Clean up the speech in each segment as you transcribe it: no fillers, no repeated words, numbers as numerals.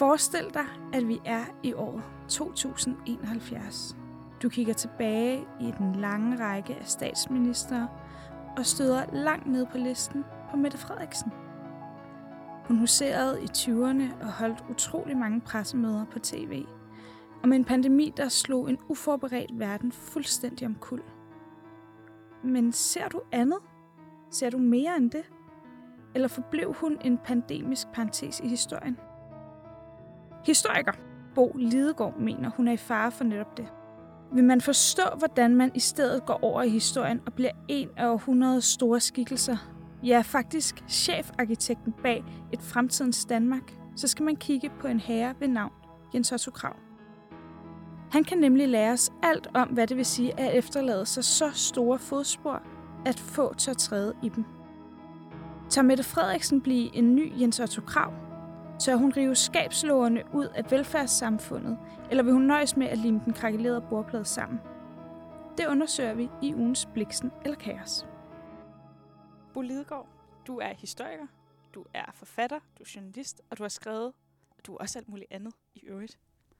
Forestil dig, at vi er i året 2071. Du kigger tilbage i den lange række af statsministre og støder langt ned på listen på Mette Frederiksen. Hun huserede i 20'erne og holdt utrolig mange pressemøder på tv. Og med en pandemi, der slog en uforberedt verden fuldstændig omkuld. Men ser du andet? Ser du mere end det? Eller forblev hun en pandemisk parentes i historien? Historiker Bo Lidegaard mener, hun er i fare for netop det. Vil man forstå, hvordan man i stedet går over i historien og bliver en af århundredets store skikkelser, ja faktisk chefarkitekten bag et fremtidens Danmark, så skal man kigge på en herre ved navn Jens Otto Krag. Han kan nemlig lære os alt om, hvad det vil sige at efterlade sig så store fodspor, at få tør træde i dem. Tør Mette Frederiksen blive en ny Jens Otto Krag? Tør hun rive skabslågerne ud af velfærdssamfundet, eller vil hun nøjes med at lime den krakelerede bordplade sammen? Det undersøger vi i ugens Bliksen eller Kaos. Bo Lidegaard, du er historiker, du er forfatter, du er journalist, og du har skrevet, og du er også alt muligt andet i øvrigt.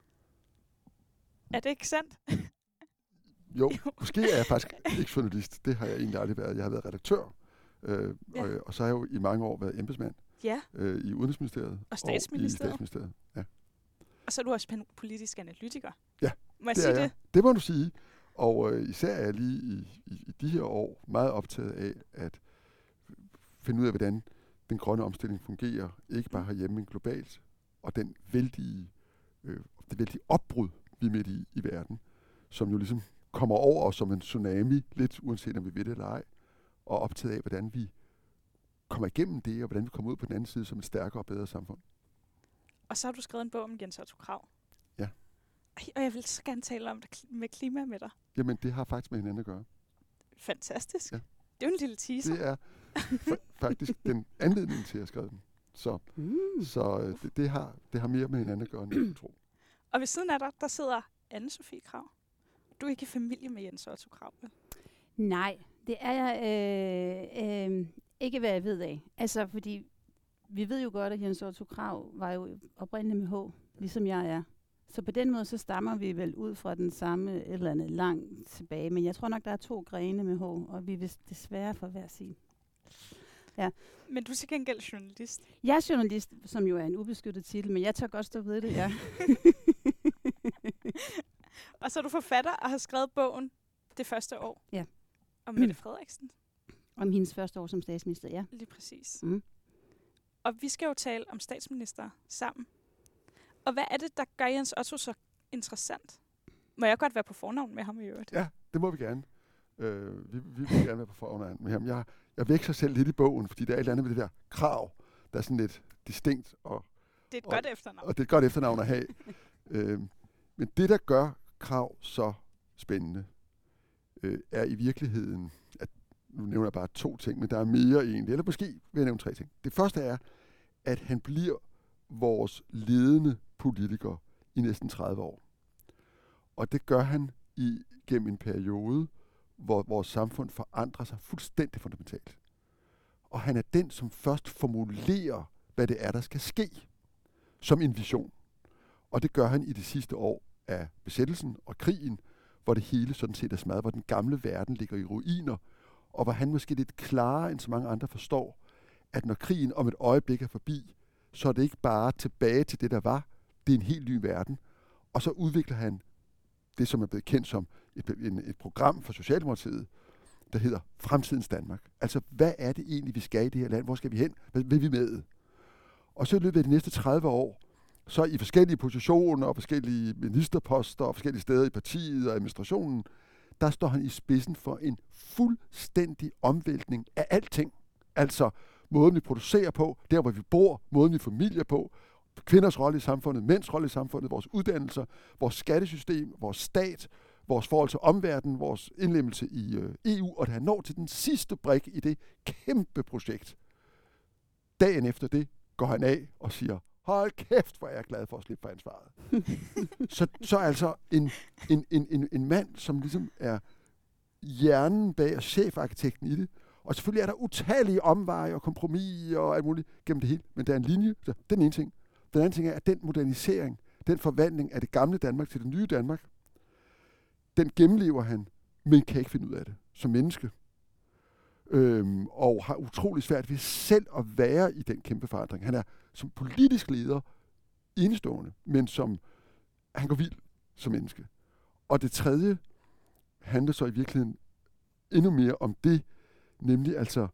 Er det ikke sandt? Jo, måske er jeg faktisk ikke journalist. Det har jeg egentlig aldrig været. Jeg har været redaktør, og så har jeg jo i mange år været embedsmand i Udenrigsministeriet og Statsministeriet. Og i Statsministeriet. Ja. Og så er du også politisk analytiker. Ja, må jeg sige det? Det må du sige. Og især er jeg lige i de her år meget optaget af at finde ud af, hvordan den grønne omstilling fungerer, ikke bare herhjemme, men globalt, og det vældige opbrud, vi er midt i verden, som jo ligesom kommer over os som en tsunami, lidt uanset om vi ved det eller ej, og optaget af, hvordan vi kommer igennem det, og hvordan vi kommer ud på den anden side som et stærkere og bedre samfund. Og så har du skrevet en bog om Jens Otto Krag. Ja. Og jeg vil så gerne tale om det med klima med dig. Jamen, det har faktisk med hinanden at gøre. Fantastisk. Ja. Det er jo en lille teaser. Det er faktisk den anledning til, at jeg skrev den. Så det har mere med hinanden at gøre, end jeg tror. Og ved siden af dig, der sidder Anne-Sophie Krag. Du er ikke i familie med Jens Otto Krag, vel? Nej, det er jeg ikke, hvad jeg ved af. Altså, fordi vi ved jo godt, at Jens Otto Krag var jo oprindeligt med H, ligesom jeg er. Så på den måde, så stammer vi vel ud fra den samme et eller andet langt tilbage. Men jeg tror nok, der er 2 grene med H, og vi vil desværre for hver sin. Ja. Men du er til gengæld journalist. Jeg er journalist, som jo er en ubeskyttet titel, men jeg tør godt stå ved det, ja. Og så er du forfatter og har skrevet bogen det første år. Ja. Om Mette Frederiksen. Om hendes første år som statsminister, ja. Lige præcis. Mm. Og vi skal jo tale om statsminister sammen. Og hvad er det, der gør Jens Otto så interessant? Må jeg godt være på fornavn med ham i øvrigt? Ja, det må vi gerne. Vi vil gerne være på fornavn med ham. Jeg vækser selv lidt i bogen, fordi der er et eller andet med det der krav, der er sådan lidt distinkt. Det er et godt efternavn. Og det er et godt efternavn at have. Men det, der gør krav så spændende, er i virkeligheden, at nu nævner jeg bare 2 ting, men der er mere egentlig, eller måske vil jeg nævne 3 ting. Det første er, at han bliver vores ledende politiker i næsten 30 år. Og det gør han gennem en periode, hvor vores samfund forandrer sig fuldstændig fundamentalt. Og han er den, som først formulerer, hvad det er, der skal ske, som en vision. Og det gør han i de sidste år af besættelsen og krigen, hvor det hele sådan set er smadret, hvor den gamle verden ligger i ruiner, og hvor han måske lidt klarere end så mange andre forstår, at når krigen om et øjeblik er forbi, så er det ikke bare tilbage til det, der var. Det er en helt ny verden. Og så udvikler han det, som er blevet kendt som et program for Socialdemokratiet, der hedder Fremtidens Danmark. Altså, hvad er det egentlig, vi skal i det her land? Hvor skal vi hen? Hvad vil vi med? Og så i løbet af de næste 30 år, så i forskellige positioner og forskellige ministerposter og forskellige steder i partiet og administrationen, der står han i spidsen for en fuldstændig omvæltning af alting. Altså måden vi producerer på, der hvor vi bor, måden vi familier på, kvinders rolle i samfundet, mænds rolle i samfundet, vores uddannelser, vores skattesystem, vores stat, vores forhold til omverdenen, vores indlemmelse i EU, og det han når til den sidste brik i det kæmpe projekt. Dagen efter det går han af og siger, hold kæft, hvor er jeg glad for at slippe for ansvaret. så altså en mand, som ligesom er hjernen bag og chefarkitekten i det. Og selvfølgelig er der utallige omveje og kompromiser og alt muligt gennem det hele. Men der er en linje, så den ene ting. Den anden ting er, at den modernisering, den forvandling af det gamle Danmark til det nye Danmark, den gennemlever han, men kan ikke finde ud af det som menneske. Og har utrolig svært ved selv at være i den kæmpe forandring. Han er som politisk leder enestående, men han går vild som menneske. Og det tredje handler så i virkeligheden endnu mere om det, nemlig altså,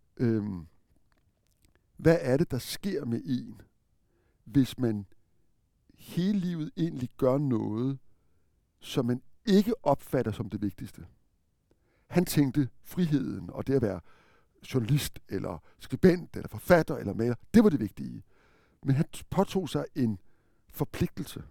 hvad er det, der sker med en, hvis man hele livet egentlig gør noget, som man ikke opfatter som det vigtigste. Han tænkte friheden, og det at være journalist, eller skribent, eller forfatter, eller maler, det var det vigtige. Men han påtog sig en forpligtelse,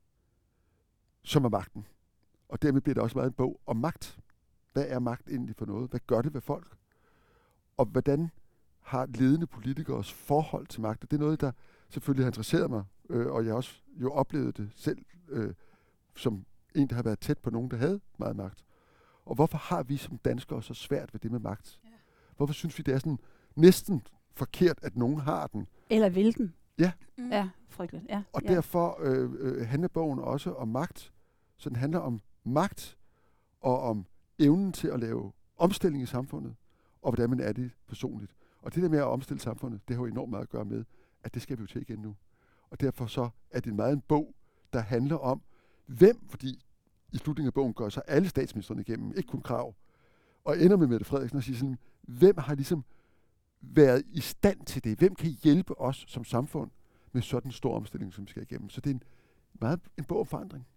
som er magten. Og dermed bliver det også meget en bog om magt. Hvad er magt egentlig for noget? Hvad gør det ved folk? Og hvordan har ledende politikers forhold til magt? Det er noget, der selvfølgelig har interesseret mig, og jeg har også jo oplevet det selv, som en, der har været tæt på nogen, der havde meget magt. Og hvorfor har vi som danskere så svært ved det med magt? Ja. Hvorfor synes vi, det er sådan næsten forkert, at nogen har den? Eller vil den. Ja. Ja, frygteligt. Ja. Og derfor handler bogen også om magt. Så den handler om magt og om evnen til at lave omstilling i samfundet, og hvordan man er det personligt. Og det der med at omstille samfundet, det har jo enormt meget at gøre med, at det skal vi jo til igen nu. Og derfor så er det meget en bog, der handler om, hvem, fordi i slutningen af bogen gør så alle statsministrene igennem, ikke kun Krag, og ender med Mette Frederiksen og siger sådan, hvem har ligesom været i stand til det? Hvem kan hjælpe os som samfund med sådan en stor omstilling, som vi skal igennem? Så det er en bog om forandring.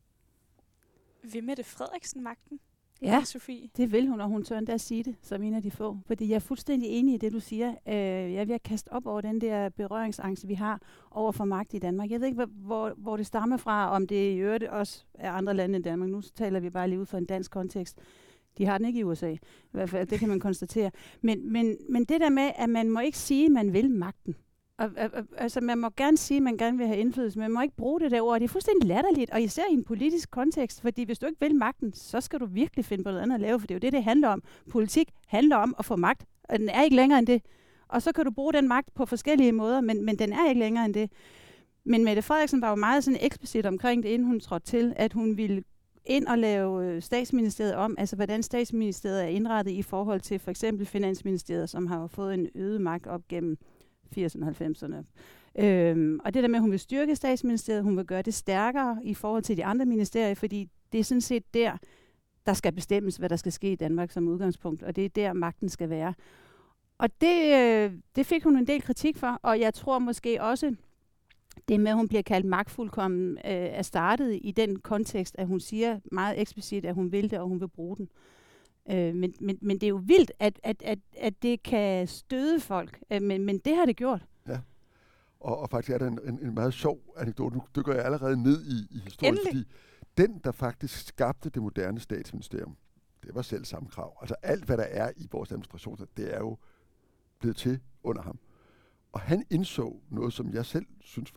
Vil Mette Frederiksen magten? Ja, Sofie? Det vil hun, og hun tør endda sige det, som en af de få. Fordi jeg er fuldstændig enig i det, du siger. Jeg er ved at kaste op over den der berøringsangst, vi har over for magt i Danmark. Jeg ved ikke, hvor det stammer fra, om det i øvrigt også er andre lande end Danmark. Nu taler vi bare lige ud fra en dansk kontekst. De har den ikke i USA. I hvert fald, det kan man konstatere. Men det der med, at man må ikke sige, at man vil magten. Altså, man må gerne sige, at man gerne vil have indflydelse, men man må ikke bruge det der ord. Det er fuldstændig latterligt, og især i en politisk kontekst, fordi hvis du ikke vil magten, så skal du virkelig finde på noget andet at lave, for det er jo det handler om. Politik handler om at få magt, og den er ikke længere end det. Og så kan du bruge den magt på forskellige måder, men den er ikke længere end det. Men Mette Frederiksen var jo meget sådan eksplicit omkring det, inden hun trådte til, at hun ville ind og lave statsministeriet om, altså hvordan statsministeriet er indrettet i forhold til for eksempel Finansministeriet, som har fået en øget magt op gennem 80'erne og 90'erne. Og det der med, at hun vil styrke statsministeriet, hun vil gøre det stærkere i forhold til de andre ministerier, fordi det er sådan set der skal bestemmes, hvad der skal ske i Danmark som udgangspunkt, og det er der, magten skal være. Og det fik hun en del kritik for, og jeg tror måske også, det med, at hun bliver kaldt magtfuldkommen, er startet i den kontekst, at hun siger meget eksplicit, at hun vil det, og hun vil bruge den. Men det er jo vildt, at det kan støde folk, men det har det gjort. Ja, og faktisk er der en meget sjov anekdote. Nu dykker jeg allerede ned i historien, fordi den, der faktisk skabte det moderne statsministerium, det var selv samme Krag. Altså alt, hvad der er i vores administration, det er jo blevet til under ham. Og han indså noget, som jeg selv synes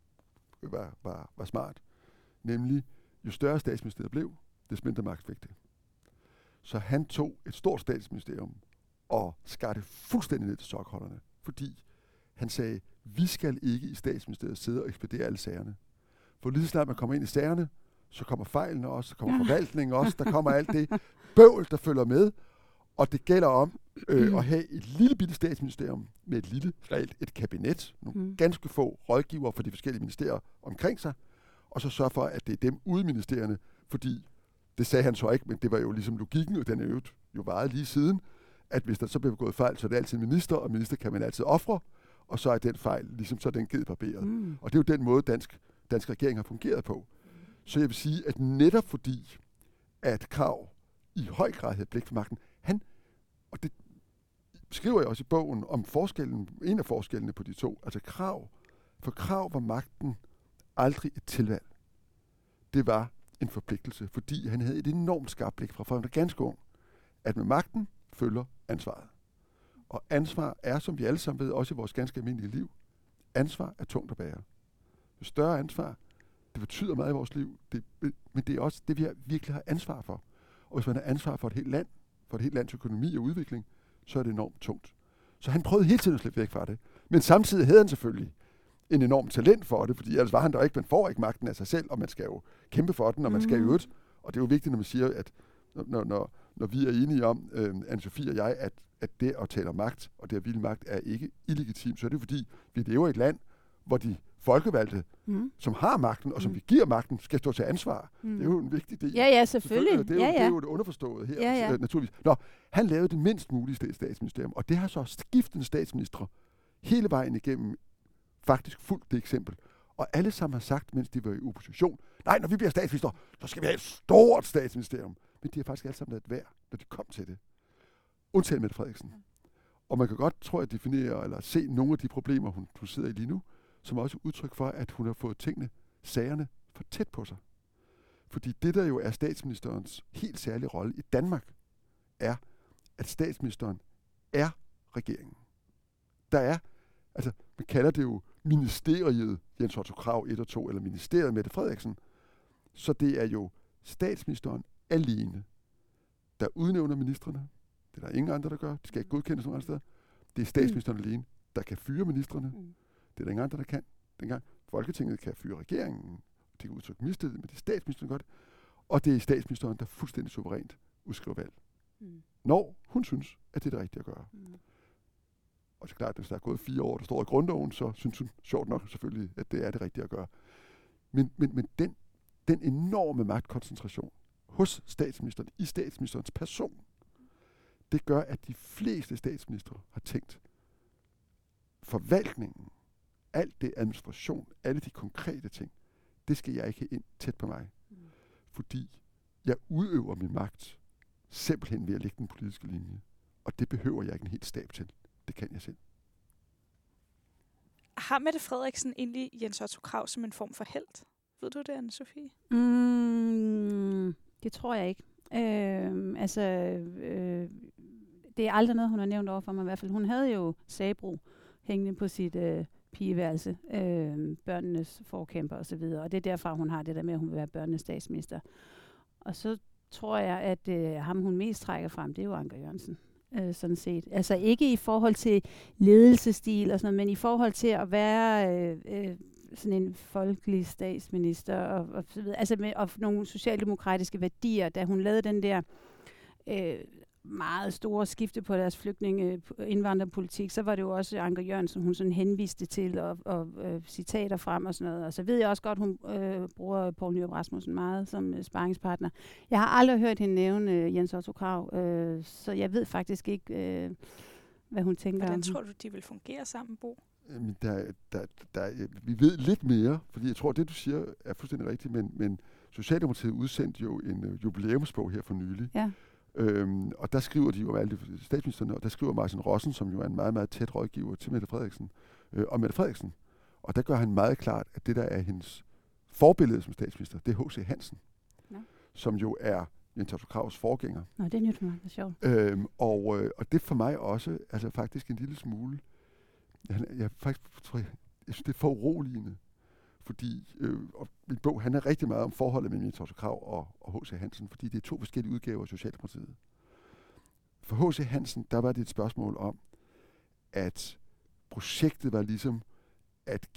var smart, nemlig jo større statsministeriet blev, des mindre magt fik det. Så han tog et stort statsministerium og skar det fuldstændig ned til sokholderne, fordi han sagde, vi skal ikke i statsministeriet sidde og ekspedere alle sagerne. For lige snart man kommer ind i sagerne, så kommer fejlene også, så kommer forvaltningen også, der kommer alt det bøvl, der følger med, og det gælder om at have et lille bitte statsministerium med et lille, reelt et kabinet, nogle ganske få rådgivere for de forskellige ministerier omkring sig, og så sørge for, at det er dem ude i ministerierne, fordi det sagde han så ikke, men det var jo ligesom logikken, og den er jo varet lige siden, at hvis der så bliver begået fejl, så er det altid en minister, og minister kan man altid ofre, og så er den fejl ligesom så den givet barberet. Og det er jo den måde, dansk regering har fungeret på. Så jeg vil sige, at netop fordi, at Krag i høj grad havde blik for magten, og det skriver jeg også i bogen om forskellen, en af forskellene på de to, altså Krag. For Krag var magten aldrig et tilvalg. Det var en forpligtelse, fordi han havde et enormt skarpt blik fra han var ganske ung, at med magten følger ansvaret. Og ansvar er, som vi alle sammen ved, også i vores ganske almindelige liv, ansvar er tungt at bære. Jo større ansvar, det betyder meget i vores liv, men det er også det, vi virkelig har ansvar for. Og hvis man har ansvar for et helt land, for et helt lands økonomi og udvikling, så er det enormt tungt. Så han prøvede hele tiden at slippe væk fra det. Men samtidig havde han selvfølgelig en enorm talent for det, fordi ellers var han der ikke, man får ikke magten af sig selv, og man skal jo kæmpe for den, og man skal i øvrigt. Og det er jo vigtigt, når man siger, at når vi er enige om, Anne-Sophie og jeg, at det at tale om magt, og det at ville magt, er ikke illegitimt, så er det fordi, vi lever i et land, hvor de folkevalgte, som har magten, og som vi giver magten, skal stå til ansvar. Det er jo en vigtig del. Ja, selvfølgelig. Det er jo det underforstået her, naturligvis. Han lavede det mindst mulige statsministerium, og det har så skiftende statsministre hele vejen igennem faktisk fuldt det eksempel. Og alle sammen har sagt, mens de var i opposition, nej, når vi bliver statsminister, så skal vi have et stort statsministerium. Men de har faktisk alle sammen ladet være, når de kom til det. Undtagen Mette Frederiksen. Og man kan godt, tror jeg, definere eller se nogle af de problemer, hun sidder i lige nu, som også er udtryk for, at hun har fået sagerne for tæt på sig. Fordi det, der jo er statsministerens helt særlige rolle i Danmark, er, at statsministeren er regeringen. Der er, altså man kalder det jo ministeriet Jens Otto Krag 1 og 2, eller ministeriet Mette Frederiksen. Så det er jo statsministeren alene, der udnævner ministrene. Det er der ingen andre, der gør. De skal ikke godkendes nogen andre steder. Det er statsministeren alene, der kan fyre ministrene. Det er der ingen andre, der kan. Dengang Folketinget kan fyre regeringen. Det kan udtrykke mistillid, men det er statsministeren godt. Og det er statsministeren, der fuldstændig suverænt udskriver valg. Når hun synes, at det er det rigtige at gøre. Og det er klart, at hvis der er gået 4 år, der står i grundloven, så synes hun sjovt nok selvfølgelig, at det er det rigtige at gøre. Men den enorme magtkoncentration hos statsministeren, i statsministerens person, det gør, at de fleste statsministre har tænkt, forvaltningen, alt det administration, alle de konkrete ting, det skal jeg ikke have ind tæt på mig. Fordi jeg udøver min magt simpelthen ved at lægge den politiske linje. Og det behøver jeg ikke en helt stab til. Det kan jeg selv. Har Mette Frederiksen egentlig Jens Otto Krag som en form for helt? Ved du det, Anne-Sophie? Det tror jeg ikke. Det er aldrig noget, hun har nævnt over for mig i hvert fald. Hun havde jo Sabro hængende på sit pigeværelse, børnenes forkæmper og så videre. Og det er derfra, hun har det der med, at hun vil være børnenes statsminister. Og så tror jeg, at ham hun mest trækker frem, det er jo Anker Jørgensen. Sådan set. Altså ikke i forhold til ledelsesstil og sådan noget, men i forhold til at være sådan en folkelig statsminister og så videre. Altså med og nogle socialdemokratiske værdier, da hun lavede den der meget store skifte på deres indvandrerpolitik, så var det jo også Anker Jørgensen, hun sådan henviste til og citater frem og sådan noget. Og så ved jeg også godt, hun bruger Poul Nyrup Rasmussen meget som sparringspartner. Jeg har aldrig hørt hende nævne Jens Otto Krag, så jeg ved faktisk ikke, hvad hun tænker. Hvordan tror du, de vil fungere sammen, Bo? Jamen, vi ved lidt mere, fordi jeg tror, det du siger er fuldstændig rigtigt, men Socialdemokratiet udsendte jo en jubilæumsbog her for nylig. Ja. Og der skriver de jo alle statsministerne, og der skriver Martin Rossen, som jo er en meget, meget tæt rådgiver til Mette Frederiksen, og Mette Frederiksen. Og der gør han meget klart, at det der er hendes forbillede som statsminister, det er H.C. Hansen, som jo er Jens Otto Krags forgænger. Nå, det er nyt for mig, det er sjovt. Og det for mig også, altså faktisk en lille smule, jeg synes, det er for uroligende. Fordi min bog handler rigtig meget om forholdet mellem Jens Otto Krag og H.C. Hansen, fordi det er 2 forskellige udgaver af Socialdemokratiet. For H.C. Hansen, der var det et spørgsmål om, at projektet var ligesom at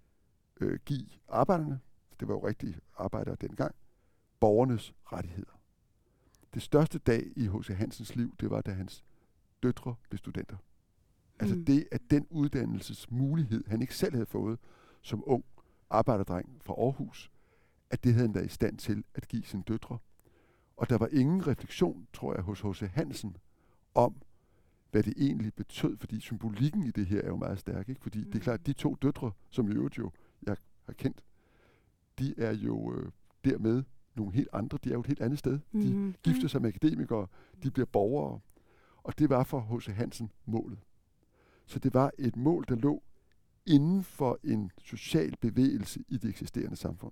give arbejderne, det var jo rigtige arbejdere dengang, borgernes rettigheder. Det største dag i H.C. Hansens liv, det var, da hans døtre blev studenter. Altså det, at den uddannelsesmulighed, han ikke selv havde fået som ung arbejderdreng fra Aarhus, at det havde han været i stand til at give sine døtre. Og der var ingen refleksion, tror jeg, hos H.C. Hansen om, hvad det egentlig betød, fordi symbolikken i det her er jo meget stærk, ikke? Fordi det er klart, at de 2 døtre, som i øvrigt jo jeg har kendt, de er jo dermed nogle helt andre, de er jo et helt andet sted. De gifter sig med akademikere, de bliver borgere, og det var for H.C. Hansen målet. Så det var et mål, der lå inden for en social bevægelse i det eksisterende samfund.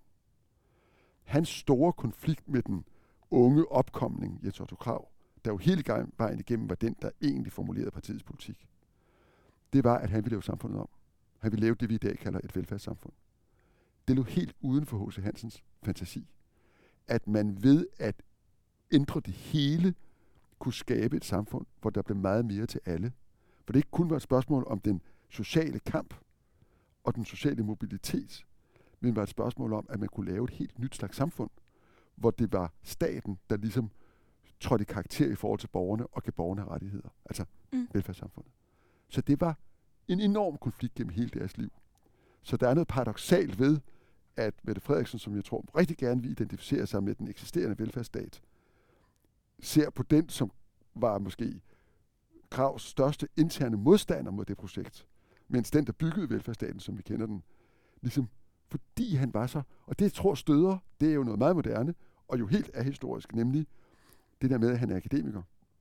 Hans store konflikt med den unge opkomling, Jens Otto Krag, der jo hele vejen igennem var den, der egentlig formulerede partiets politik, det var, at han ville lave samfundet om. Han ville lave det, vi i dag kalder et velfærdssamfund. Det lå helt uden for H.C. Hansens fantasi. At man ved at ændre det hele, kunne skabe et samfund, hvor der blev meget mere til alle. For det ikke kun var et spørgsmål om den sociale kamp, og den sociale mobilitet, men var et spørgsmål om, at man kunne lave et helt nyt slags samfund, hvor det var staten, der ligesom trådte i karakter i forhold til borgerne og gav borgerne rettigheder, altså velfærdssamfundet. Så det var en enorm konflikt gennem hele deres liv. Så der er noget paradoksalt ved, at Mette Frederiksen, som jeg tror rigtig gerne vil identificere sig med den eksisterende velfærdsstat, ser på den, som var måske Krags største interne modstander mod det projekt, mens den, der byggede velfærdsstaten, som vi kender den, ligesom fordi han var så, og det tror Støder, det er jo noget meget moderne, og jo helt ahistorisk, nemlig det der med, at han er akademiker.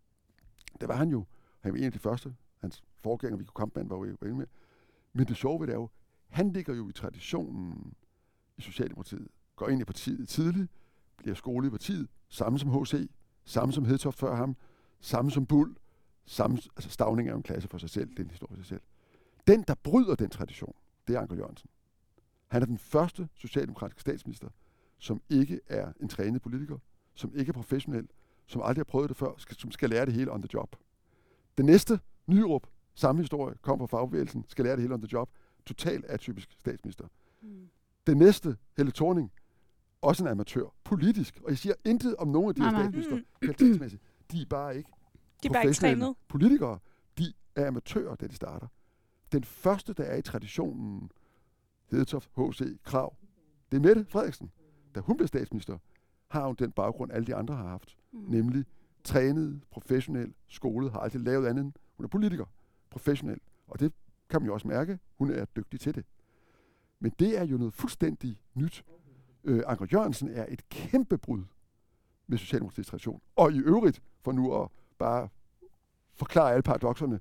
Der var han jo, han var en af de første, hans forgænger, Viggo Kampmann, var jo inde med. Men det sjove ved det er jo, han ligger jo i traditionen i Socialdemokratiet, går ind i partiet tidligt, bliver skole i partiet, samme som H.C., samme som Hedtoft før ham, samme som Bull, samme, altså Stauning er jo en klasse for sig selv, det er en historie for sig selv. Den, der bryder den tradition, det er Anker Jørgensen. Han er den første socialdemokratiske statsminister, som ikke er en trænet politiker, som ikke er professionel, som aldrig har prøvet det før, som skal lære det hele on the job. Den næste, Nyrup, samme historie, kom fra fagbevægelsen, skal lære det hele on the job, totalt atypisk statsminister. Den næste, Helle Thorning, også en amatør, politisk, og jeg siger intet om nogen af de her statsminister, kvalitetsmæssigt, de er bare ikke professionelle politikere, de er amatører, da de starter. Den første, der er i traditionen, Hedtoft, H.C., Krag, det er Mette Frederiksen. Da hun blev statsminister, har hun den baggrund, alle de andre har haft. Nemlig trænet, professionel, skolet, har aldrig lavet andet end hun er politiker, professionel. Og det kan man jo også mærke, hun er dygtig til det. Men det er jo noget fuldstændig nyt. Anker Jørgensen er et kæmpe brud med Socialdemokratiets tradition. Og i øvrigt, for nu at bare forklare alle paradokserne,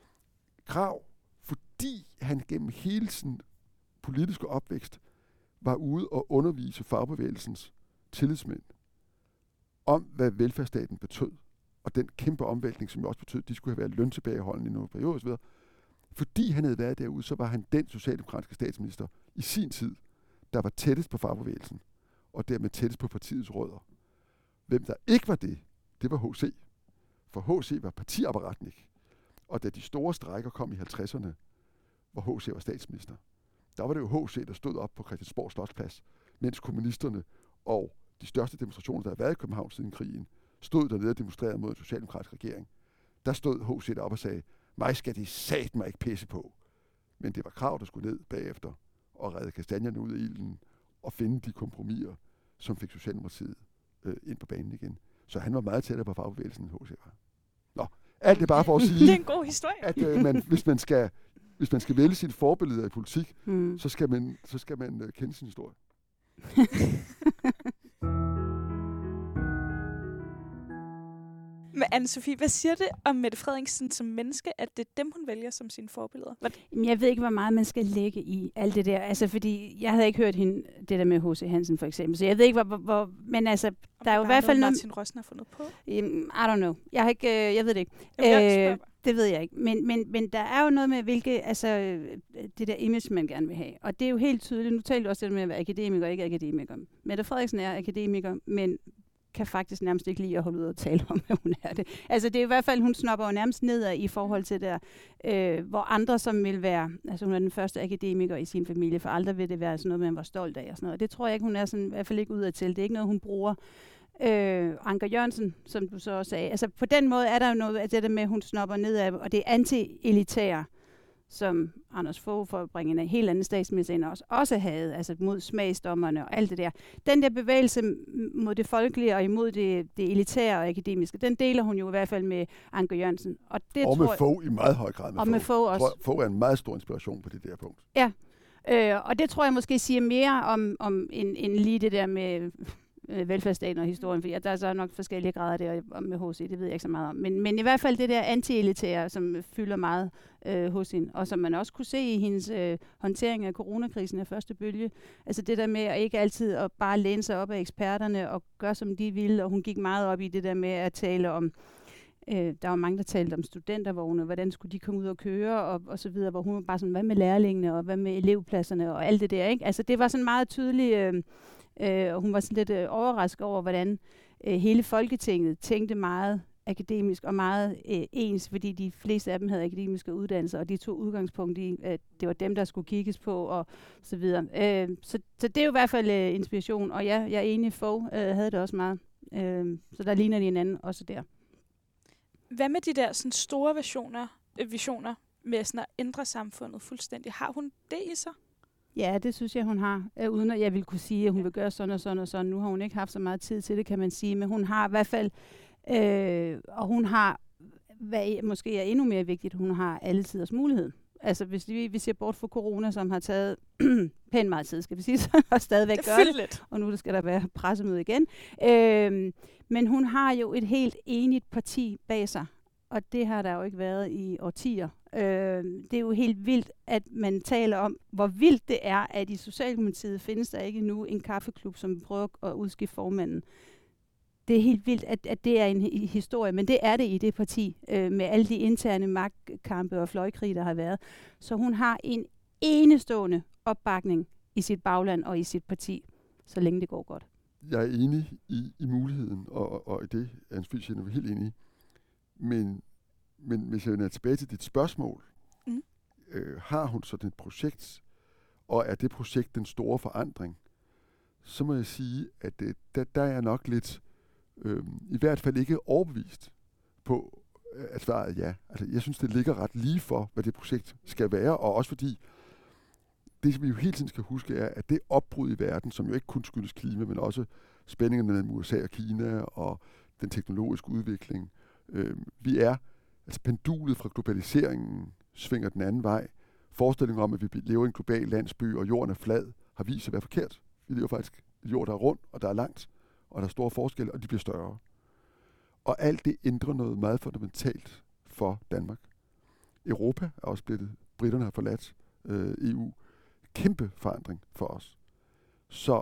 Krag, fordi han gennem hele sin politiske opvækst var ude og undervise fagbevægelsens tillidsmænd om, hvad velfærdsstaten betød, og den kæmpe omvæltning, som jo også betød, at de skulle have været løntilbageholdende i nogle perioder osv. Fordi han havde været derude, så var han den socialdemokratiske statsminister i sin tid, der var tættest på fagbevægelsen, og dermed tættest på partiets rødder. Hvem der ikke var det, det var H.C. For H.C. var partiapparatnik. Og da de store strejker kom i 50'erne, hvor H.C. var statsminister, der var det jo H.C., der stod op på Christiansborg Slotsplads, mens kommunisterne og de største demonstrationer, der havde været i København siden krigen, stod dernede og demonstrerede mod en socialdemokratisk regering. Der stod H.C. deroppe og sagde, mig skal de satme ikke pisse på. Men det var Krag, der skulle ned bagefter og redde kastanjerne ud af ilden og finde de kompromiser, som fik Socialdemokratiet ind på banen igen. Så han var meget tættere på fagbevægelsen, end H.C. var. Nå, alt det bare for at sige, det er en god historie. At hvis man skal vælge sine forbilleder i politik, så skal man kende sin historie. Men Anne-Sophie, hvad siger det om Mette Frederiksen som menneske, at det er dem, hun vælger som sine forbilleder? Jeg ved ikke, hvor meget man skal lægge i alt det der. Altså, fordi jeg havde ikke hørt hende, det der med H.C. Hansen for eksempel. Så jeg ved ikke, hvor men altså, der er jo i hvert fald noget... Martin Rossen har fundet på? I don't know. Jeg ved det ikke. Det ved jeg ikke. Men der er jo noget med, det der image, man gerne vil have. Og det er jo helt tydeligt. Nu taler du også det med at være akademiker og ikke akademiker. Mette Frederiksen er akademiker, men kan faktisk nærmest ikke lide at holde ud og tale om, at hun er det. Altså det er i hvert fald, hun snopper jo nærmest nedad i forhold til der, hvor andre som vil være, altså hun er den første akademiker i sin familie, for aldrig vil det være sådan noget, man var stolt af og sådan noget. Og det tror jeg ikke, hun er sådan, i hvert fald ikke udadtil. Det er ikke noget, hun bruger. Anker Jørgensen, som du så også sagde. Altså på den måde er der jo noget af det der med, at hun snopper nedad, og det er anti-elitære, som Anders Fogh, for at bringe en helt anden statsminister ind, også havde, altså mod smagsdommerne og alt det der. Den der bevægelse mod det folkelige og imod det elitære og akademiske, den deler hun jo i hvert fald med Anker Jørgensen. Og med Fogh i meget høj grad. Med Fogh også. Fogh er en meget stor inspiration på det der punkt. Ja, og det tror jeg måske siger mere om end lige det der med velfærdsstaten og historien, for der er så nok forskellige grader der med H.C., det ved jeg ikke så meget om. Men i hvert fald det der anti-elitære, som fylder meget hos hende, og som man også kunne se i hendes håndtering af coronakrisen af første bølge. Altså det der med at ikke altid at bare læne sig op af eksperterne og gøre, som de ville, og hun gik meget op i det der med at tale om, der var mange, der talte om studentervogne, hvordan skulle de komme ud og køre, og så videre, hvor hun var bare sådan, hvad med lærlingene, og hvad med elevpladserne, og alt det der, ikke? Altså det var sådan meget tydeligt, og hun var sådan lidt overrasket over, hvordan hele Folketinget tænkte meget akademisk og meget ens, fordi de fleste af dem havde akademiske uddannelser, og de tog udgangspunkt i, at det var dem, der skulle kigges på, og så videre. Så det er jo i hvert fald inspiration, og ja, jeg er enig, Fogh havde det også meget. Så der ligner de hinanden også der. Hvad med de der sådan store visioner med sådan at ændre samfundet fuldstændig? Har hun det i sig? Ja, det synes jeg, hun har. Uden at jeg vil kunne sige, at hun vil gøre sådan og sådan og sådan. Nu har hun ikke haft så meget tid til det, kan man sige. Men hun har i hvert fald, og hun har, hvad måske er endnu mere vigtigt, hun har alle tiders mulighed. Altså hvis vi ser bort fra corona, som har taget pænt meget tid, skal vi sige, så og stadigvæk gør det. Lidt. Og nu skal der være pressemøde igen. Men hun har jo et helt enigt parti bag sig. Og det har der jo ikke været i årtier. Det er jo helt vildt, at man taler om, hvor vildt det er, at i Socialdemokratiet findes der ikke nu en kaffeklub, som prøver at udskifte formanden. Det er helt vildt, at det er en historie, men det er det i det parti, med alle de interne magtkampe og fløjkrig, der har været. Så hun har en enestående opbakning i sit bagland og i sit parti, så længe det går godt. Jeg er enig i muligheden, og i det er en fysisk helt enig. Men hvis jeg vender tilbage til dit spørgsmål, har hun sådan et projekt, og er det projekt den store forandring, så må jeg sige, at der er jeg nok lidt, i hvert fald ikke overbevist på, at svaret ja. Altså, jeg synes, det ligger ret lige for, hvad det projekt skal være, og også fordi, det som vi jo hele tiden skal huske, er, at det opbrud i verden, som jo ikke kun skyldes klima, men også spændingerne mellem USA og Kina, og den teknologiske udvikling, altså pendulet fra globaliseringen svinger den anden vej. Forestillingen om, at vi lever i en global landsby, og jorden er flad, har vist sig at være forkert. Vi lever faktisk i en jord, der er rund, og der er langt, og der er store forskelle, og de bliver større. Og alt det ændrer noget meget fundamentalt for Danmark. Europa er også blevet, britterne har forladt EU. Kæmpe forandring for os. Så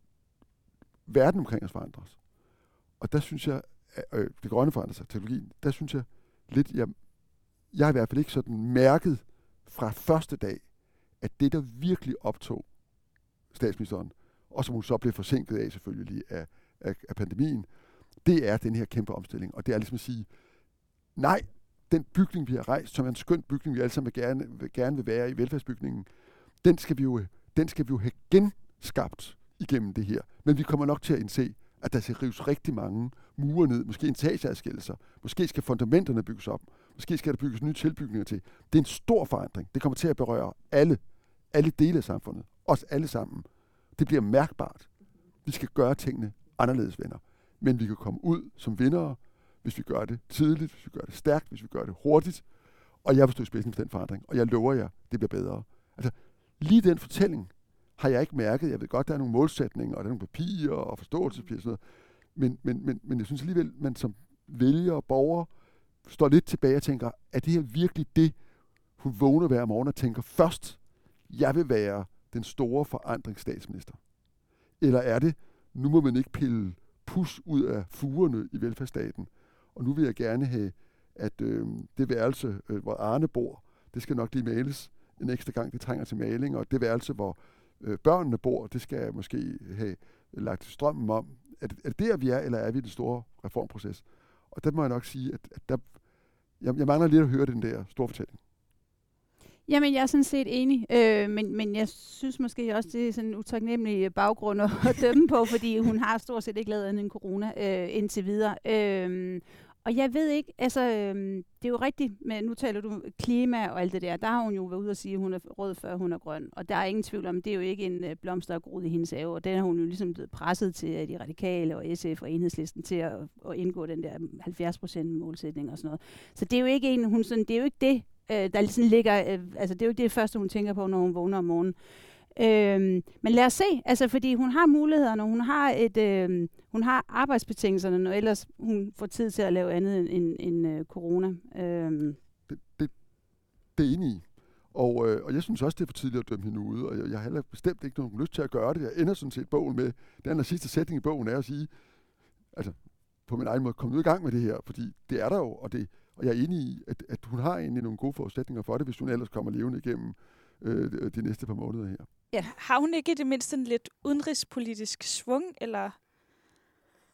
verden omkring os forandres. Og der synes jeg, det grønne forandrer sig, teknologien, der synes jeg lidt, jeg har i hvert fald ikke sådan mærket fra første dag, at det, der virkelig optog statsministeren, og som hun så blev forsinket af selvfølgelig af pandemien, det er den her kæmpe omstilling. Og det er ligesom at sige, nej, den bygning, vi har rejst, som er en skøn bygning, vi alle sammen gerne vil være i, velfærdsbygningen, den skal vi jo have genskabt igennem det her. Men vi kommer nok til at indse, at der skal rives rigtig mange mure ned, måske etageadskillelser, måske skal fundamenterne bygges op, måske skal der bygges nye tilbygninger til. Det er en stor forandring. Det kommer til at berøre alle dele af samfundet, os alle sammen. Det bliver mærkbart. Vi skal gøre tingene anderledes, venner. Men vi kan komme ud som vindere, hvis vi gør det tidligt, hvis vi gør det stærkt, hvis vi gør det hurtigt. Og jeg vil stå i spidsen for den forandring, og jeg lover jer, det bliver bedre. Altså, lige den fortælling har jeg ikke mærket. Jeg ved godt, der er nogle målsætninger, og der er nogle papirer og forståelsespapirer og sådan noget. Men jeg synes alligevel, man som vælger og borger står lidt tilbage og tænker, er det her virkelig det, hun vågner hver morgen og tænker først, jeg vil være den store forandringsstatsminister? Eller er det, nu må man ikke pille pus ud af fugerne i velfærdsstaten, og nu vil jeg gerne have, at det værelse, hvor Arne bor, det skal nok lige males en ekstra gang, det trænger til maling, og det værelse, hvor børnene bor, det skal jeg måske have lagt strømmen om. Er det der, vi er, eller er vi i den store reformproces? Og der må jeg nok sige, at jeg mangler lidt at høre den der store fortælling. Jamen, jeg er sådan set enig, men jeg synes måske også, det er sådan en utaknemmelig baggrund at dømme på, fordi hun har stort set ikke lavet andet end corona indtil videre. Og jeg ved ikke, altså, det er jo rigtigt, men nu taler du klima og alt det der. Der har hun jo været ude og sige, at hun er rød, før hun er grøn. Og der er ingen tvivl om, det er jo ikke en blomst, der er groet i hendes have. Og den har hun jo ligesom blevet presset til de radikale og SF og Enhedslisten til at indgå den der 70% målsætning og sådan noget. Så det er jo ikke en, hun sådan, det er jo ikke det, der ligesom ligger, altså det er jo ikke det første, hun tænker på, når hun vågner om morgenen. Men lad os se, altså fordi hun har mulighederne, hun har arbejdsbetingelserne, når ellers hun får tid til at lave andet end corona. Det er enig i. Og jeg synes også, det er for tidligt at dømme hende ude, og jeg har heller bestemt ikke nogen lyst til at gøre det. Jeg ender sådan set bogen med, den sidste sætning i bogen er at sige, altså på min egen måde, kom ud i gang med det her, fordi det er der jo, og jeg er enig i, at hun har egentlig nogle gode forudsætninger for det, hvis hun ellers kommer levende igennem de næste par måneder her. Ja, har hun ikke i det mindste en lidt udenrigspolitisk svung, eller?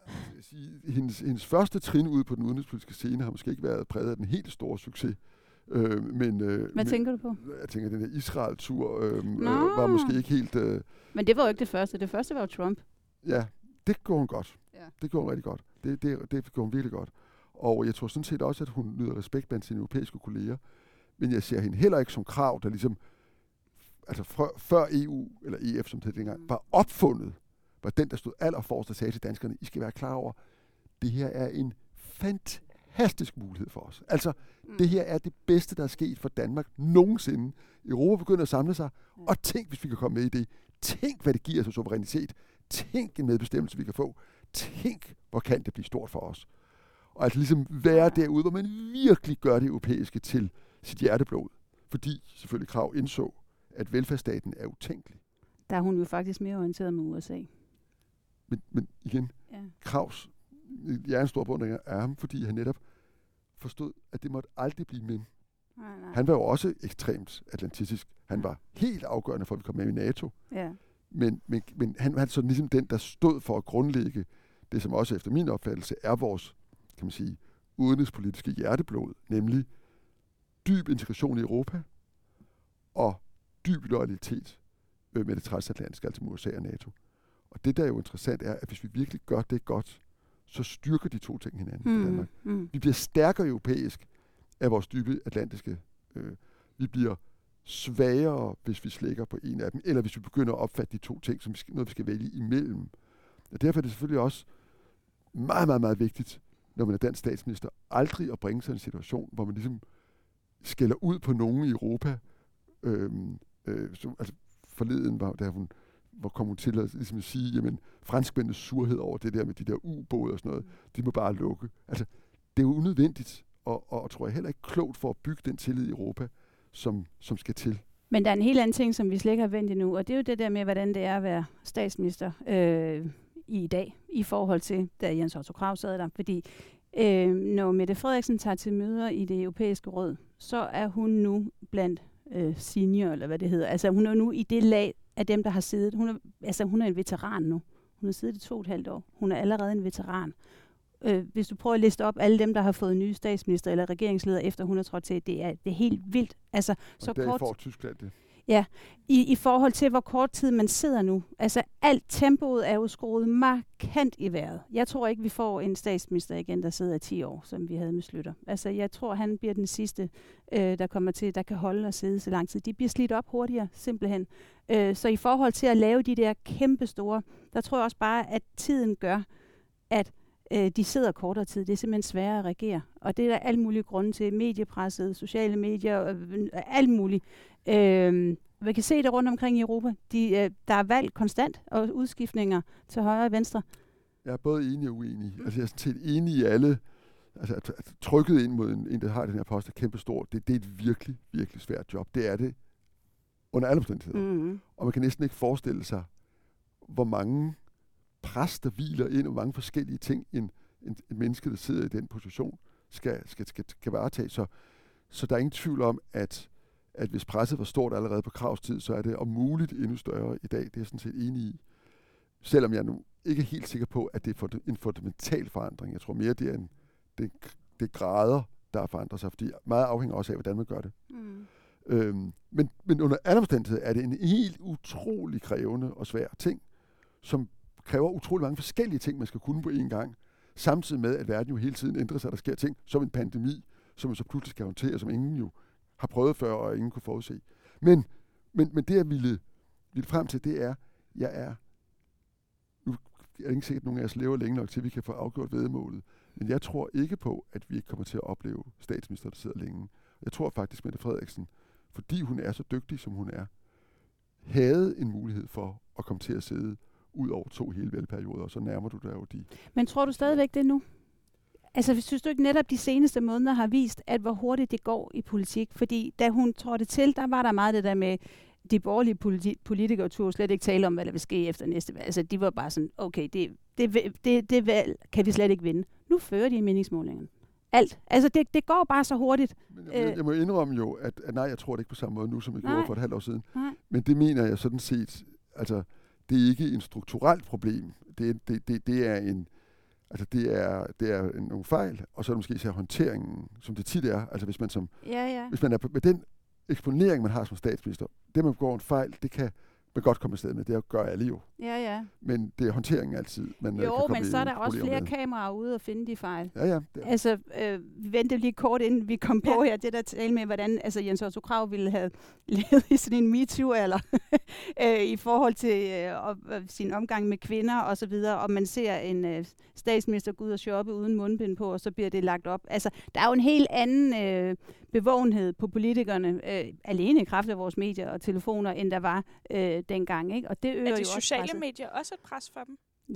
hendes første trin ude på den udenrigspolitiske scene har måske ikke været præget af den helt store succes. Hvad tænker du på? Jeg tænker, at den der Israel-tur var måske ikke helt... Men det var jo ikke det første. Det første var jo Trump. Ja, det gjorde hun godt. Ja. Det gjorde hun rigtig godt. Det gjorde hun virkelig godt. Og jeg tror sådan set også, at hun nyder respekt blandt sine europæiske kolleger. Men jeg ser hende heller ikke som krav, der ligesom... Altså før EU, eller EF, som det dengang, var opfundet, var den, der stod allerforrest og sagde til danskerne, I skal være klar over, det her er en fantastisk mulighed for os. Altså, det her er det bedste, der er sket for Danmark nogensinde. Europa begynder at samle sig, og tænk, hvis vi kan komme med i det. Tænk, hvad det giver os af suverænitet. Tænk en medbestemmelse, vi kan få. Tænk, hvor kan det blive stort for os. Og altså ligesom være derude, hvor man virkelig gør det europæiske til sit hjerteblod. Fordi selvfølgelig Krag indså, at velfærdsstaten er utænkelig. Der er hun jo faktisk mere orienteret med USA. Men igen, Krags jernstor beundring er ham, fordi han netop forstod, at det måtte aldrig blive men. Nej. Han var jo også ekstremt atlantisk. Han var helt afgørende for, at vi kom med i NATO. Ja. Men han var sådan ligesom den, der stod for at grundlægge det, som også efter min opfattelse er vores, kan man sige, udenrigspolitiske hjerteblod, nemlig dyb integration i Europa og dyb loyalitet med det transatlantiske, altså med USA og NATO. Og det, der er jo interessant, er, at hvis vi virkelig gør det godt, så styrker de to ting hinanden i Danmark. Vi bliver stærkere europæisk af vores dybe atlantiske. Vi bliver svagere, hvis vi slækker på en af dem, eller hvis vi begynder at opfatte de to ting, som noget, vi skal vælge imellem. Og derfor er det selvfølgelig også meget, meget, meget vigtigt, når man er dansk statsminister, aldrig at bringe sig i en situation, hvor man ligesom skælder ud på nogen i Europa. Altså forleden var, hvor kom hun til at ligesom sige, jamen franskmændenes surhed over det der med de der ubåde og sådan noget, de må bare lukke. Altså, det er jo unødvendigt, og tror jeg heller ikke klogt for at bygge den tillid i Europa, som skal til. Men der er en helt anden ting, som vi slet ikke har vendt endnu, og det er jo det der med, hvordan det er at være statsminister i dag, i forhold til, da Jens Otto Krag sad der. Fordi når Mette Frederiksen tager til møder i det europæiske råd, så er hun nu blandt senior, eller hvad det hedder. Altså hun er nu i det lag af dem, der har siddet. Hun er en veteran nu. Hun har siddet i 2,5 år. Hun er allerede en veteran. Hvis du prøver at liste op alle dem, der har fået nye statsminister eller regeringsleder efter hun er trådt til, det er helt vildt. Altså, så kort får Tyskland det. Ja, i forhold til, hvor kort tid man sidder nu. Altså, alt tempoet er jo skruet markant i vejret. Jeg tror ikke, vi får en statsminister igen, der sidder i 10 år, som vi havde med Schlüter. Altså, jeg tror, han bliver den sidste, der kommer til, der kan holde og sidde så lang tid. De bliver slidt op hurtigere, simpelthen. Så i forhold til at lave de der kæmpe store, der tror jeg også bare, at tiden gør, at de sidder kortere tid. Det er simpelthen sværere at regere. Og det er der alle mulige grunde til. Mediepresset, sociale medier, alt muligt. Vi kan se det rundt omkring i Europa. Der er valg konstant, og udskiftninger til højre og venstre. Jeg er både enig og uenig. Altså jeg er sådan set enig i alle. Altså at trykket ind mod en, der har den her post, er kæmpestor. Det er et virkelig, virkelig svært job. Det er det under alle omstændigheder. Mm-hmm. Og man kan næsten ikke forestille sig, hvor mange pres, der hviler ind, og mange forskellige ting, en menneske, der sidder i den position, skal varetage. Så der er ingen tvivl om, at hvis presset var stort allerede på Krags tid, så er det om muligt endnu større i dag. Det er jeg sådan set enig i. Selvom jeg nu ikke er helt sikker på, at det er en fundamental forandring. Jeg tror mere, det er grader, der forandrer sig, fordi meget afhænger også af, hvordan man gør det. Mm. Men under alle omstændigheder er det en helt utrolig krævende og svær ting, som kræver utrolig mange forskellige ting, man skal kunne på én gang, samtidig med, at verden jo hele tiden ændrer sig. Der sker ting som en pandemi, som man så pludselig skal håndtere, som ingen jo har prøvet før, og ingen kunne forudse. Men det, jeg ville frem til, det er, nu er det ikke sikkert, at nogen af os lever længe nok til, at vi kan få afgjort væddemålet, men jeg tror ikke på, at vi ikke kommer til at opleve statsminister, der sidder længe. Jeg tror faktisk, Mette Frederiksen, fordi hun er så dygtig, som hun er, havde en mulighed for at komme til at sidde ud over 2 hele valgperioder, og så nærmer du dig jo de... Men tror du stadigvæk det nu? Altså, synes du ikke netop de seneste måneder har vist, at hvor hurtigt det går i politik? Fordi da hun trådte til, der var der meget det der med, de borgerlige politikere turde slet ikke tale om, hvad der vil ske efter næste valg. Altså, de var bare sådan, okay, det valg kan vi slet ikke vinde. Nu fører de meningsmålingerne. Alt. Altså, det går bare så hurtigt. Men jeg må indrømme jo, at nej, jeg tror det ikke på samme måde nu, som jeg gjorde for et halvt år siden. Nej. Men det mener jeg sådan set, altså, det er ikke et strukturelt problem. Det er en Altså det er nogle fejl, og så er det måske især håndteringen, som det tit er. Altså hvis man hvis man er med den eksponering, man har som statsminister, det man begår en fejl, det kan man godt komme afsted med. Det gør alle jo. Ja. Men det er håndteringen altid, man kan komme men så er der også flere med. Kameraer ude og finde de fejl. Ja. Altså, vi ventede lige kort, inden vi kom på her, det der tale med, hvordan Jens Otto Krag ville have levet i sådan en MeToo-alder i forhold til sin omgang med kvinder og så videre, og man ser en statsminister gå ud og shoppe uden mundbind på, og så bliver det lagt op. Altså, der er jo en helt anden bevågenhed på politikerne, alene i kraft af vores medier og telefoner, end der var dengang, ikke? Og det øger er jo de også sociale presset. medier også et pres for dem?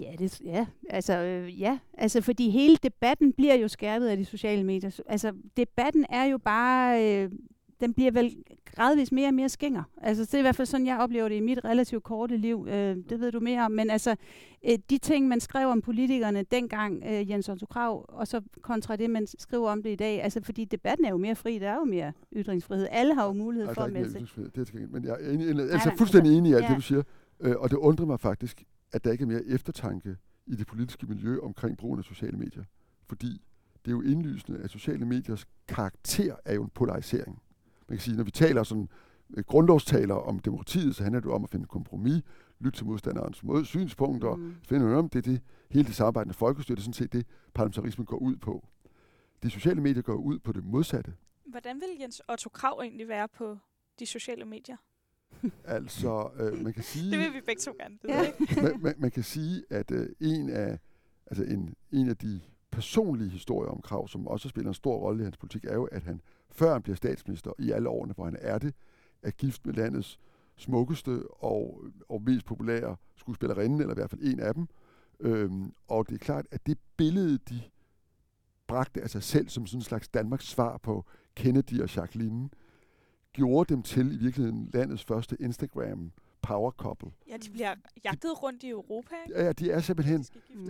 Altså, fordi hele debatten bliver jo skærpet af de sociale medier. Altså, debatten er jo bare, den bliver vel gradvist mere og mere skinger. Altså, det er i hvert fald sådan, jeg oplever det i mit relativt korte liv. Det ved du mere om. Men altså, de ting, man skrev om politikerne dengang, Jens Otto Krag, og så kontra det, man skriver om det i dag. Altså, fordi debatten er jo mere fri, der er jo mere ytringsfrihed. Alle har jo mulighed for at melde sig. Men jeg er fuldstændig enig i alt det, du siger. Og det undrer mig faktisk, at der ikke er mere eftertanke i det politiske miljø omkring brugen af sociale medier. Fordi det er jo indlysende, at sociale mediers karakter er jo en polarisering. Man kan sige, når vi taler sådan grundlovstaler om demokratiet, så handler det jo om at finde kompromis, lytte til modstanderens synspunkter, finde ud om det hele det samarbejdende folkestyre, det er sådan set det, parlamentarismen går ud på. De sociale medier går ud på det modsatte. Hvordan vil Jens Otto Krag egentlig være på de sociale medier? Altså, man kan sige... Det vil vi begge to gerne vide. Man kan sige, at en af de personlige historier om Krag, som også spiller en stor rolle i hans politik, er jo, at han, før han bliver statsminister, i alle årene, hvor han er det, er gift med landets smukkeste og mest populære skuespillerinde, eller i hvert fald en af dem. Og det er klart, at det billede, de bragte af sig selv som sådan en slags Danmarks svar på Kennedy og Jacqueline, gjorde dem til i virkeligheden landets første Instagram power couple. Ja, de bliver jagtet rundt i Europa, ikke? Ja, de er simpelthen,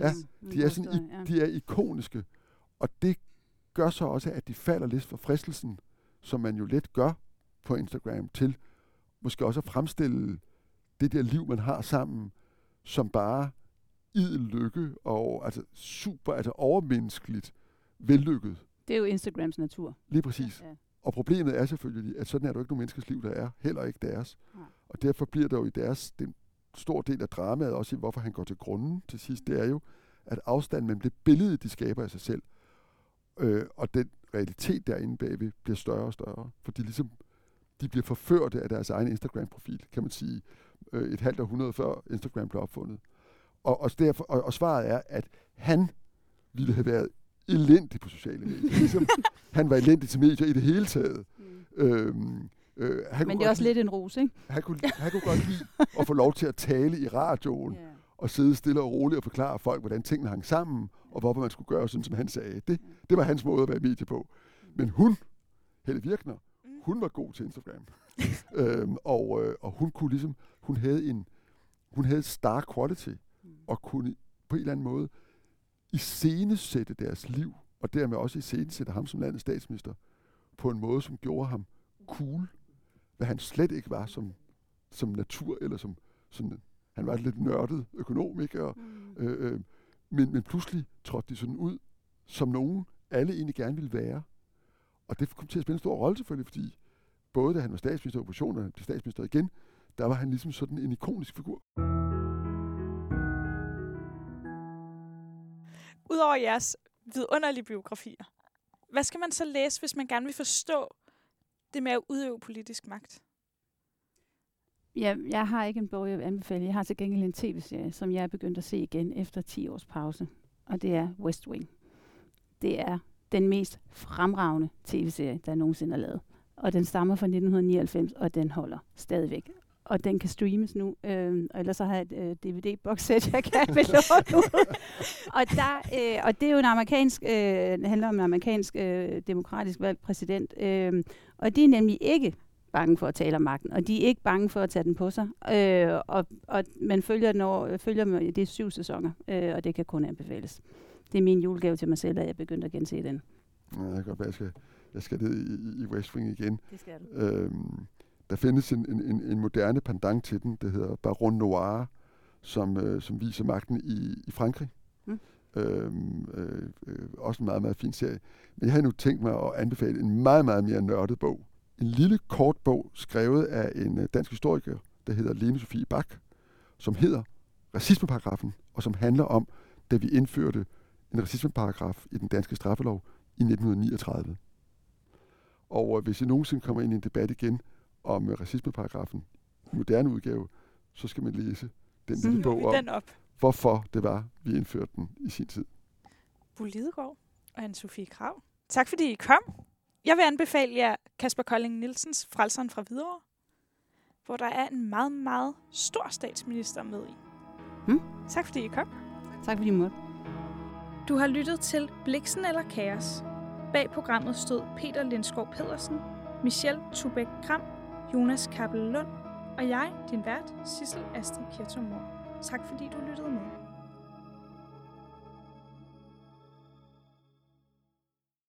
de er ikoniske. Og det gør så også, at de falder lidt for fristelsen, som man jo let gør på Instagram, til måske også at fremstille det der liv, man har sammen, som bare idel lykke og super, overmenneskeligt vellykket. Det er jo Instagrams natur. Lige præcis. Ja. Og problemet er selvfølgelig, at sådan er der jo ikke nogen menneskers liv, der er. Heller ikke deres. Ja. Og derfor bliver der jo i den stor del af dramaet, også i hvorfor han går til grunden til sidst, det er jo, at afstanden mellem det billede, de skaber af sig selv, og den realitet derinde bagved, bliver større og større. Fordi ligesom de bliver forførte af deres egen Instagram-profil, kan man sige, et halvt århundrede før Instagram blev opfundet. Og svaret er, at han ville have været elendig på sociale medier. Ligesom han var elendig til medier i det hele taget. Men det er også lidt en ros, ikke? Han kunne godt lide at få lov til at tale i radioen, og sidde stille og roligt og forklare folk, hvordan tingene hang sammen, og hvorfor man skulle gøre sådan, som han sagde. Det var hans måde at være medie på. Men hun, Helle Virkner, hun var god til Instagram. Og hun kunne ligesom, hun havde star quality, og kunne på en eller anden måde iscenesætte deres liv, og dermed også iscenesætte ham som landets statsminister, på en måde, som gjorde ham cool, hvad han slet ikke var som natur, eller som sådan, han var lidt nørdet økonomiker, men pludselig trådte de sådan ud, som nogen alle egentlig gerne ville være. Og det kom til at spille en stor rolle selvfølgelig, fordi både da han var statsminister i oppositionen, og han blev statsminister igen, der var han ligesom sådan en ikonisk figur. Udover jeres vidunderlige biografier, hvad skal man så læse, hvis man gerne vil forstå det med at udøve politisk magt? Ja, jeg har ikke en bog, jeg vil anbefale. Jeg har til gengæld en tv-serie, som jeg er begyndt at se igen efter 10 års pause. Og det er West Wing. Det er den mest fremragende tv-serie, der nogensinde er lavet. Og den stammer fra 1999, og den holder stadigvæk. Og den kan streames nu, og ellers så har jeg et DVD-boxsæt, jeg kan belåne ud. Og det er jo en amerikansk, handler om en amerikansk demokratisk valgt præsident. Og de er nemlig ikke bange for at tale om magten, og de er ikke bange for at tage den på sig. Og man følger med det 7 sæsoner, og det kan kun anbefales. Det er min julegave til mig selv, at jeg begyndte at gense den. Ja, jeg kan godt være, jeg skal ned i West Wing igen. Det skal du. Der findes en moderne pendant til den, der hedder Baron Noir, som viser magten i Frankrig. Også en meget, meget fin serie. Men jeg har nu tænkt mig at anbefale en meget, meget mere nørdet bog. En lille kort bog, skrevet af en dansk historiker, der hedder Lene Sofie Bak, som hedder Racismeparagrafen, og som handler om, da vi indførte en racismeparagraf i den danske straffelov i 1939. Og hvis I nogensinde kommer ind i en debat igen om racismeparagrafen i moderne udgave, så skal man læse den lille bog om, hvorfor det var, vi indførte den i sin tid. Bo Lidegaard og Anne-Sophie Krag. Tak fordi I kom. Jeg vil anbefale jer Kasper Colling Nielsens Frelseren fra Hvidovre, hvor der er en meget, meget stor statsminister med i. Tak fordi I kom. Tak fordi I måtte. Du har lyttet til Bliksen eller Kaos. Bag programmet stod Peter Lindskov Pedersen, Michelle Tubæk Gram, Jonas Kappel Lund og jeg, din vært, Sissel Astrid Kirchhoff Mohr. Tak fordi du lyttede med.